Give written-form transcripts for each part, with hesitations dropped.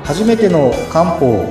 初めての漢方。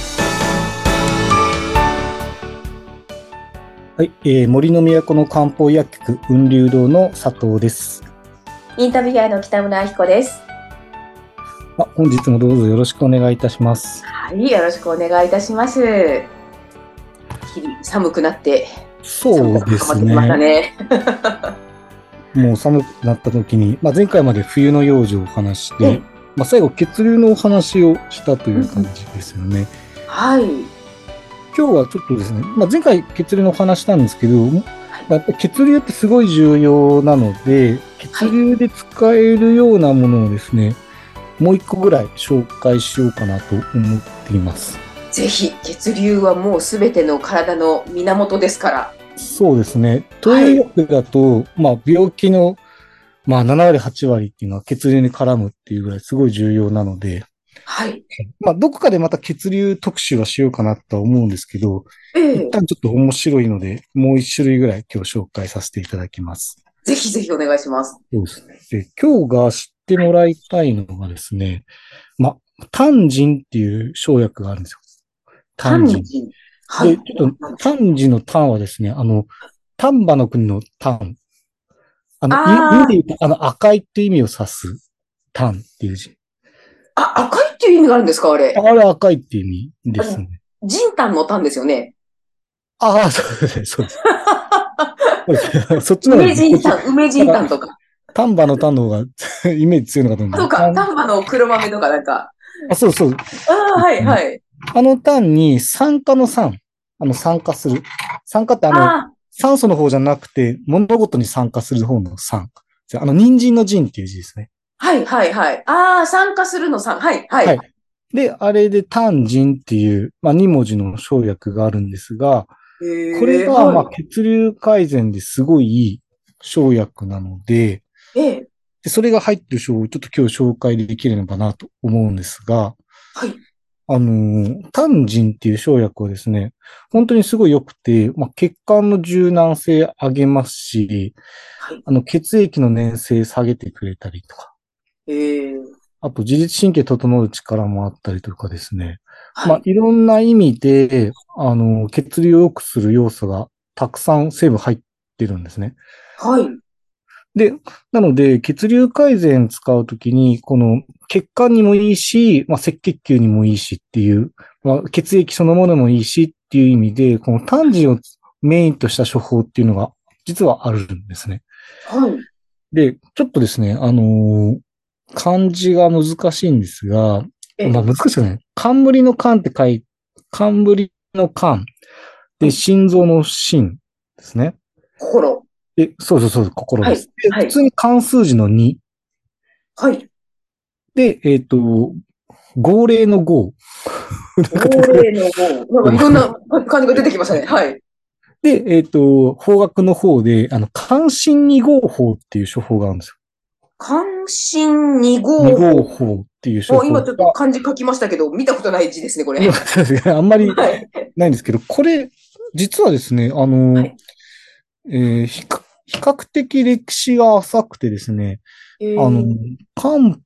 はい、森の都の漢方薬局雲龍堂の佐藤です。 インタビュアーの北村明子です。 本日もどうぞよろしくお願いいたします。 はい、よろしくお願いいたします。日々寒くなって、 そうですね。 寒さが深まってきましたね。 もう寒くなった時に、前回まで冬の養生をお話して、 ええ、 最後血流のお話をしたという感じですよね。 はい。 今日はちょっとですね、前回血流のお話したんですけど、 はいやっぱり血流ってすごい重要なので、血はい。 流で使えるようなものをですね、もう一個ぐらい紹介しようかなと思っています。 ぜひ、血流はもうすべての体の源ですから。 そうですね。東はい。 洋医学だと、病気の、7割、8割っていうのは血流に絡むっていうぐらいすごい重要なので、 はい。 どこかでまた血流特集はしようかなとは思うんですけど、 ええ、 一旦ちょっと面白いので、もう一種類ぐらい今日紹介させていただきます。 ぜひぜひお願いします。 そうですね。で、今日が知ってもらいたいのがですね、丹腎っていう生薬があるんですよ。丹腎。 肝腎。はで、 い。 ちょっと、 なんでしょう。 丹治の丹はですね、丹波の国の丹。意味であ言うと、赤いって意味を指す丹っていう字。 あ、赤いっていう意味があるんですか、あれ。 あれ赤いっていう意味であの、 すね。 仁丹の丹ですよね。 ああ、そうですね、そうです。そうですそっちの方が、こっち、 梅なんか、 仁丹とか。 丹波の丹の方がイメージ強いのかと思うんで、 そうか、丹波の黒豆とかなんか。 そうそう。 ああ、はいはい。 あの単に酸化の酸、酸化する。酸化ってあ酸素の方じゃなくて、物事に酸化する方の酸。人参の人っていう字ですね。 あ、はいはいはい。ああ、酸化するの酸。はいははい。 い。 で、あれで丹人っていう、2文字の生薬があるんですが、これへえ、 が、 はい。 血流改善ですごいいい生薬なので、 ええ、 それが入ってる章をちょっと今日紹介できればなと思うんですが、 はい。 丹人っていう生薬はですね、本当にすごい良くて、血管の柔軟性上げますし、 はい。 血液の粘性下げてくれたりとか、 ええ、 あと自律神経整う力もあったりとかですね。 はい。 いろんな意味で、血流を良くする要素がたくさん成分入ってるんですね。 はい。 で、なので、血流改善使うときに、この血管にもいいし、赤血球にもいいしっていう、血液そのものもいいしっていう意味で、この単腎をメインとした処方っていうのが実はあるんですね。 はい。 で、ちょっとですね、漢字が難しいんですが、 ええ、 難しいですね。冠の冠って書いて、冠の冠で、 はい。 心臓の心ですね。 心。 で、そうそうそう、心はい。 です。で、 はい。 普通に漢数字の2。 はい。 で、号令の号。なんか亡霊の号。なんかいろんな感じが出てきましたね。はい。 で、方角の方で、関心二号法っていう処方があるんですよ。 関心二二号法。 号法っていう処もう方が、 今ちょっと漢字書きましたけど、見たことない字ですね、これ。 あんまりはい。 ないんですけど、これ、実はですね、 はい。 比較的歴史が浅くてですね、あの、 ええ、 漢、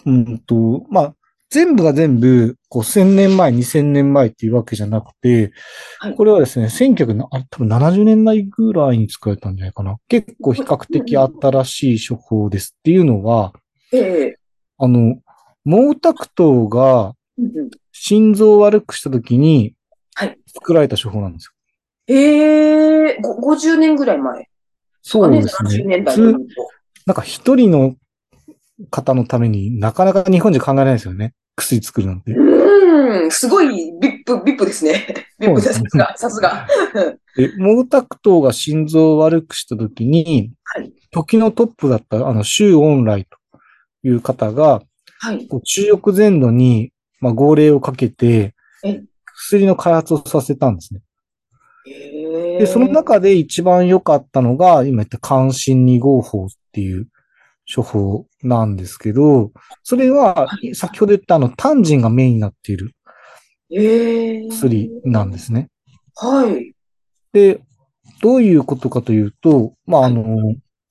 全部が全部、1000年前、2000年前っていうわけじゃなくて、 はい。 これはですね、1900な、多分70年代ぐらいに作られたんじゃないかな。結構比較的うんうん。 新しい処方ですっていうのは、 ええ、 あの、毛沢東がうんうん。 心臓を悪くした時にはい。 作られた処方なんですよ。 ええ、50年ぐらい前ですかね、 そうです 70 ね。 年代というと。 なんか一人の方のためになかなか日本じゃ考えないですよね。薬作るなんて。 すごいビップですね。ビップでそうですね。 さすが、さすが。 で、毛沢東が心臓を悪くした時に、 はい、 時のトップだった周恩来という方が、 はい。 中翼全土に、号令をかけて、 え、 薬の開発をさせたんですね。で、そのええ、 中で一番良かったのが、今言った関心二号法っていう処方なんですけど、それは、 はい、 先ほど言ったタンジンがメインになっているえ薬なんでえ、 すね。 はい、 で、どういうことかというと、 はい、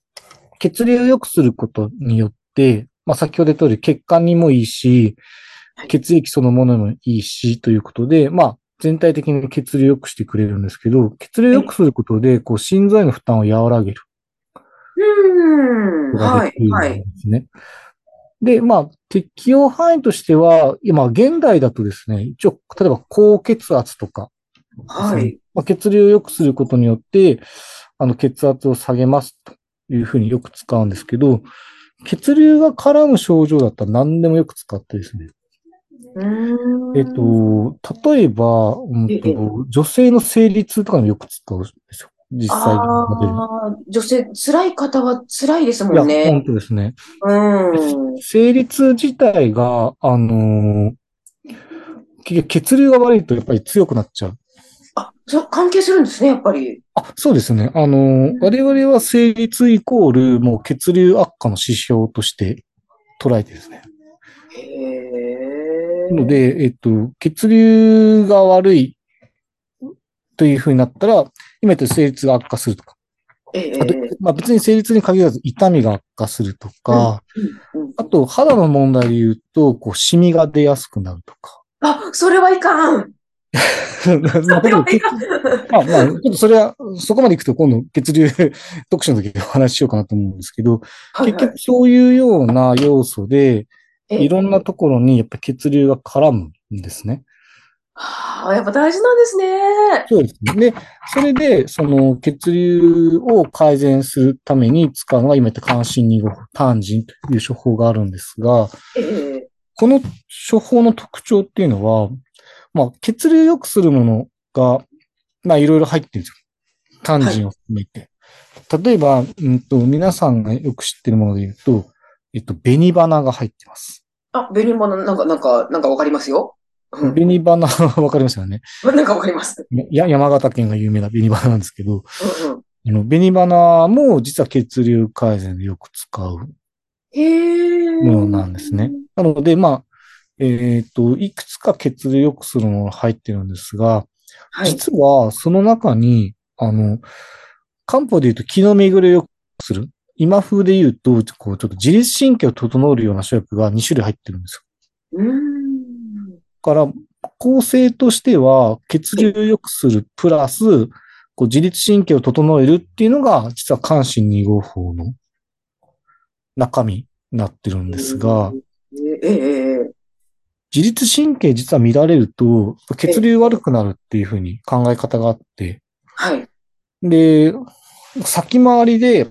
血流を良くすることによって、先ほど言った通り血管にもいいし、 はい。 血液そのものもいいし、ということで、まあ、全体的に血流を良くしてくれるんですけど、血流を良くえ、 することで、こう、心臓への負担を和らげるうーん。 ことがではい。 きるんはい。 ですね。で、まあ、適用範囲としては、今、現代だとですね、一応、例えば高血圧とかですね、 はい。 まあ、血流を良くすることによって、血圧を下げますというふうによく使うんですけど、血流が絡む症状だったら何でもよく使ってですね。 うーん。 例えば、 え、え。 女性の生理痛とかにもよく使うんですよ。実際に出る。 ああ、女性、辛い方は辛いですいや、 もんね。 本当ですね。 うーん。 生理痛自体が、結局血流が悪いとやっぱり強くなっちゃう。 あ、そう、関係するんですね、やっぱり。 あ、そうですね。 うん。 我々は生理痛イコールもう血流悪化の指標として捉えてですね。 へえ。 なので、血流が悪いというふうになったら、今言った生理痛が悪化するとか。 えあと、 え。 まあ別に生理痛に限らず痛みが悪化するとうん、 か、 うん、うん。 あと肌の問題で言うと、こう、シミが出やすくなるとか。 あ、それはいかん。 まあ、 それ例えばはいかん。 ちょっとそれは、そこまで行くと今度血流特集の時にお話ししようかなと思うんですけど、結はいはい。 局そういうような要素で、 ええ。 いろんなところにやっぱ血流が絡むんですね。 はあ、やっぱ大事なんですね。 そうですね。で、それで、その血流を改善するために使うのが今言った関心2号法、タンジンという処方があるんですが、 ええ。 この処方の特徴っていうのは、まあ、血流良くするものが、まあ、いろいろ入ってるんですよ。タンはい。 ジンを含めて。例えば、皆さんがよく知ってるもので言うと、紅花が入ってます。 あ、紅物、なんかわかりますよ。うん。 紅花はわかりますよね。 なんかわかります。 山形県が有名な紅花なんですけど、 うんうん。 紅花も実は血流改善でよく使うへものえ。 なんですね。なので、まあ、いくつか血流良くするものが入ってるんですが、 はい。 実はその中に、漢方で言うと気の巡りを良くする。今風で言うと、こう、ちょっと自律神経を整えるような諸薬が2種類入ってるんですよ。 うーん。 だから、構成としては、血え、 流を良くするプラス、こう自律神経を整えるっていうのが、実は関心2号法の中身になってるんですが、自律神経実は乱れると、血流悪くなるっていうふうに考え方があって、 はい。 で、先回りで、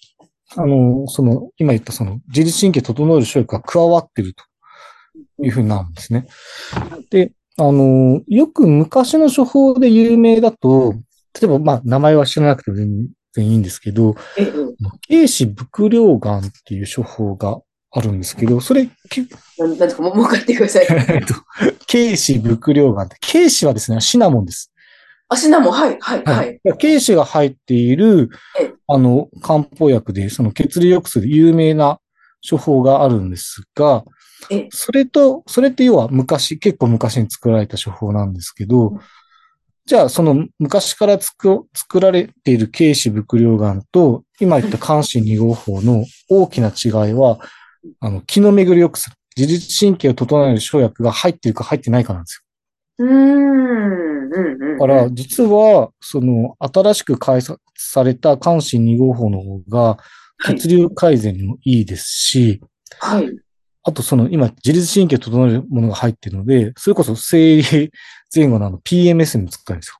今言った自律神経整える諸薬が加わってるとうん。 いうふうになるんですね。で、よく昔の処方で有名だと、例えば、まあ、名前は知らなくても全然いいんですけど、 ええ、 軽視伏量丸っていう処方があるんですけど、それ、 なんですか、もう一回言ってください。 軽視伏量丸って、軽視はですね、シナモンです。 あ、シナモン、はい、はい、 はい。 はい。 軽視が入っている、 え、 漢方薬で、その血流良くする有名な処方があるんですが、 え、 それって要は結構昔に作られた処方なんですけど、じゃあその昔から作られている軽視伏量丸と、今言った関心2号法の大きな違いは、気の巡りを良くする。自律神経を整える生薬が入っているか入ってないかなんですよ。 うーん、うん、うん、 だから、 うん。 実は、新しく開発された関心2号法の方が、 はい、 血流改善にもいいですし、 はい。 あと今、自律神経を整えるものが入っているので、それこそ生理前後のPMS にも使えるんですよ。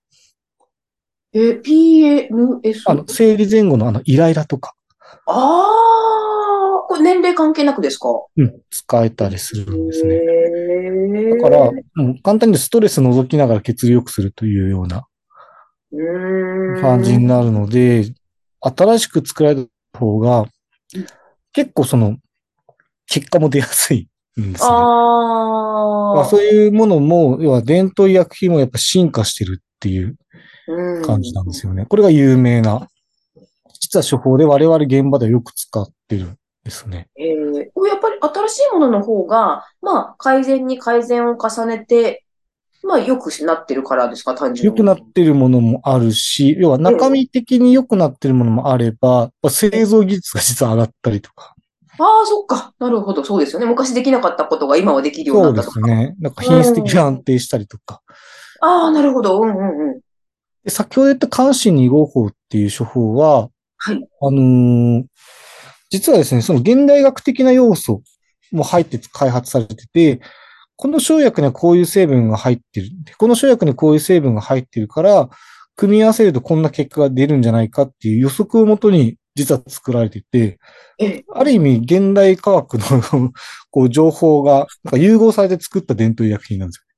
PNS？ 生理前後のイライラとか、 ああ、これ年齢関係なくですか？ うん、使えへたりするんですね。だから、 え。 簡単にストレス除きながら血流良くするというようなうーん。 感じになるので、新しく作られた方が、結構結果も出やすいんですね。まあ、そうああ、 いうものも、要は伝統医薬品もやっぱ進化してるっていうう感じなんですん。 よね。これが有名な、実は処方で我々現場ではよく使ってるんですね。 こうやっぱり新しいものの方が、まあ、改善に改善を重ねて、まあ、良くなってるからですか、単純に。 良くなってるものもあるし、要はええ。 中身的に良くなってるものもあれば、製造技術が実は上がったりとか。 ああ、そっか。なるほど。そうですよね。昔できなかったことが今はできるようにそうでなったとか。 すね。なんか品質的にうん。 安定したりとか。 ああ、なるほど。うんうんうん。 で、先ほど言った監視2号法っていう処方は、 はい。 あのー実はですね、その現代学的な要素も入って開発されてて、この生薬にはこういう成分が入ってる。この生薬にこういう成分が入ってるから、組み合わせるとこんな結果が出るんじゃないかっていう予測をもとに実は作られてて、 ええ。 ある意味現代科学のこう情報がなんか融合されて作った伝統医薬品なんですよ。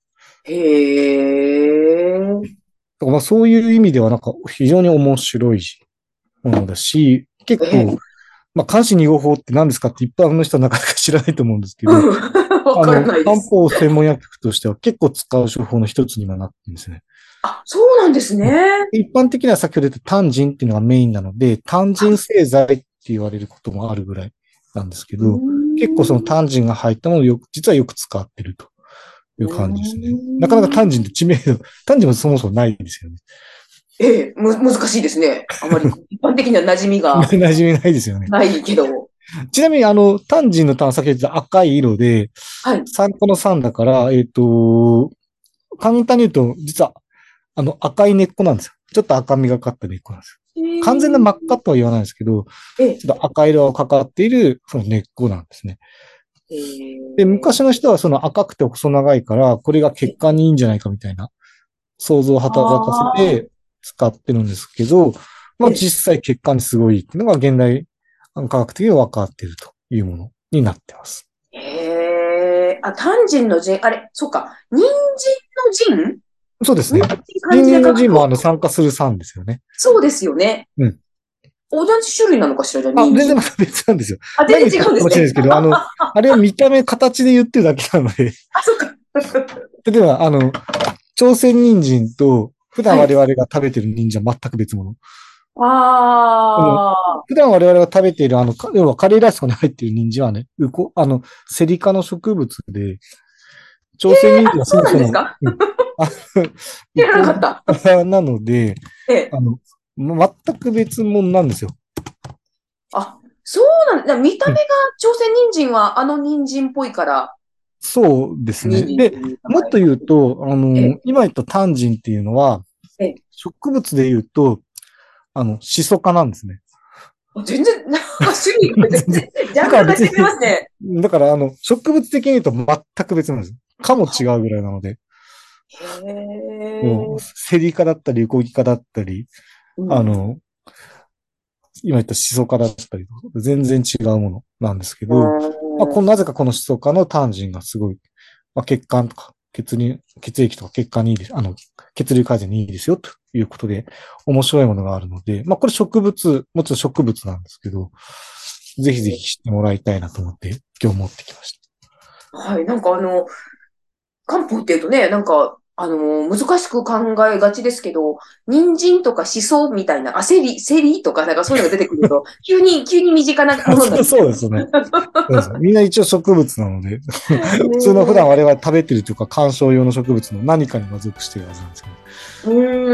へえ。 だからまあそういう意味ではなんか非常に面白いものだし、結ええ。 構、まあ、監視2号法って何ですかって一般の人はなかなか知らないと思うんですけど、 うん。わからないで漢す。 方専門薬局としては結構使う処方の一つにはなってるんですね。 あ、そうなんですね。 一般的には先ほど言ったタンジンっていうのがメインなので、タンジンはい。 製剤って言われることもあるぐらいなんですけうーど、結構そのん。 タンジンが入ったものを実はよく使ってるというう感じですね。なかなかタンジンっーん。 て知名度、タンジンもそもそもないですよね。 ええ、難しいですね。あまり一般的には馴染みが馴染みないですよね。 ないけど。 ちなみにタンジンのタン、先ほど言った赤い色で、 はい。 3個の3だから、簡単に言うと、実は赤い根っこなんですよ。ちょっと赤みがかった根っこなんですよ。 え完全な真っえ、 赤とは言わないですけど、 ええ、 ちょっと赤色がかかっている、その根っこなんですね。 えで、昔の人はその赤くて細長いから、これが血え、 管にいいんじゃないかみたいな想像を働かせああ、 て使ってるんですけど、まあええ、 実際血管にすごいっていうのが現代科学的に分かっているというものになってます。 へえ、あ、タンジンのジン、あれ、そうか、人参のジンそうですね。 に漢字で人間書くと、 の人も参加する3ですよね。 そうですよね。 うん。 同じ種類なのかしら、じゃあ、 あ、 人参。 全然また別なんですよ。 あ、全然違何言ってるかうんですね。 もしれないですけど、あれは見た目形で言ってるだけなので、 あ、そっか。 例えば、朝鮮人参と、普段はい。 我々が食べてる人参は全く別物。でも、 ああ、 普段我々が食べている、要はカレーライスとかに入っている人参はね、セリ科の植物で、朝鮮人参はそそうもそも、 なんですか？ うん、あ知ウコンらなかった。 科なので、 ええ。 あの、全く別物なんですよ。 あ、そうなんだ。見た目がうん、 朝鮮人参はあの人参っぽいから、 そうですね。 人参ってで、 いう名前。 もっと言うと、 ええ、 今言ったタンジンっていうのは、 ええ。 植物で言うと、シソ科なんですね。 全然、なんか種類が全全然。 然、ジャだンルが違いから別に、 ますね。 だから植物的に言うと全く別なんです。科も違うぐらいなので、 へえ。 もうセリ科だったり、ウコギ科だったり、 うん。 あの、今言ったシソ科だったり、全然違うものなんですけうど、まあ、 ーん。 なぜかこのシソ科のタンジンがすごい、まあ、血管とか血液とか血管にいいです、血流改善にいいですよということで、面白いものがあるので、まあ、これもちろん植物なんですけど、ぜひぜひ知ってもらいたいなと思って今日持ってきましはい。なんか漢方っていうとね、なんか、難しく考えがちですけど、人参とかシソみたいな、あ、セリとか、なんかそういうのが出てくると、急に身近なもた。 のになっちゃいます。 そうですね。そうです。みんな一応植物なので、普通の普段我ね 々食べてるというか観賞用の植物の何かに属しているはずなんですけど。 え。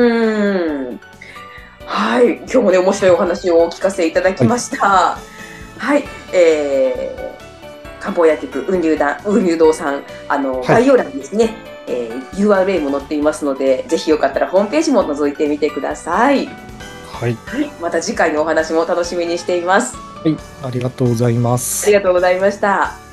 はい。今日もね、面白いお話をお聞かせいただきはい。 ました。はい。漢方薬局雲流堂さん、 はい。 概要欄にですね、URL も載っていますので、ぜひよかったらホームページも覗いてみてください。 はい。 はい。また次回のお話も楽しみにしています。 はい。ありがとうございます。 ありがとうございました。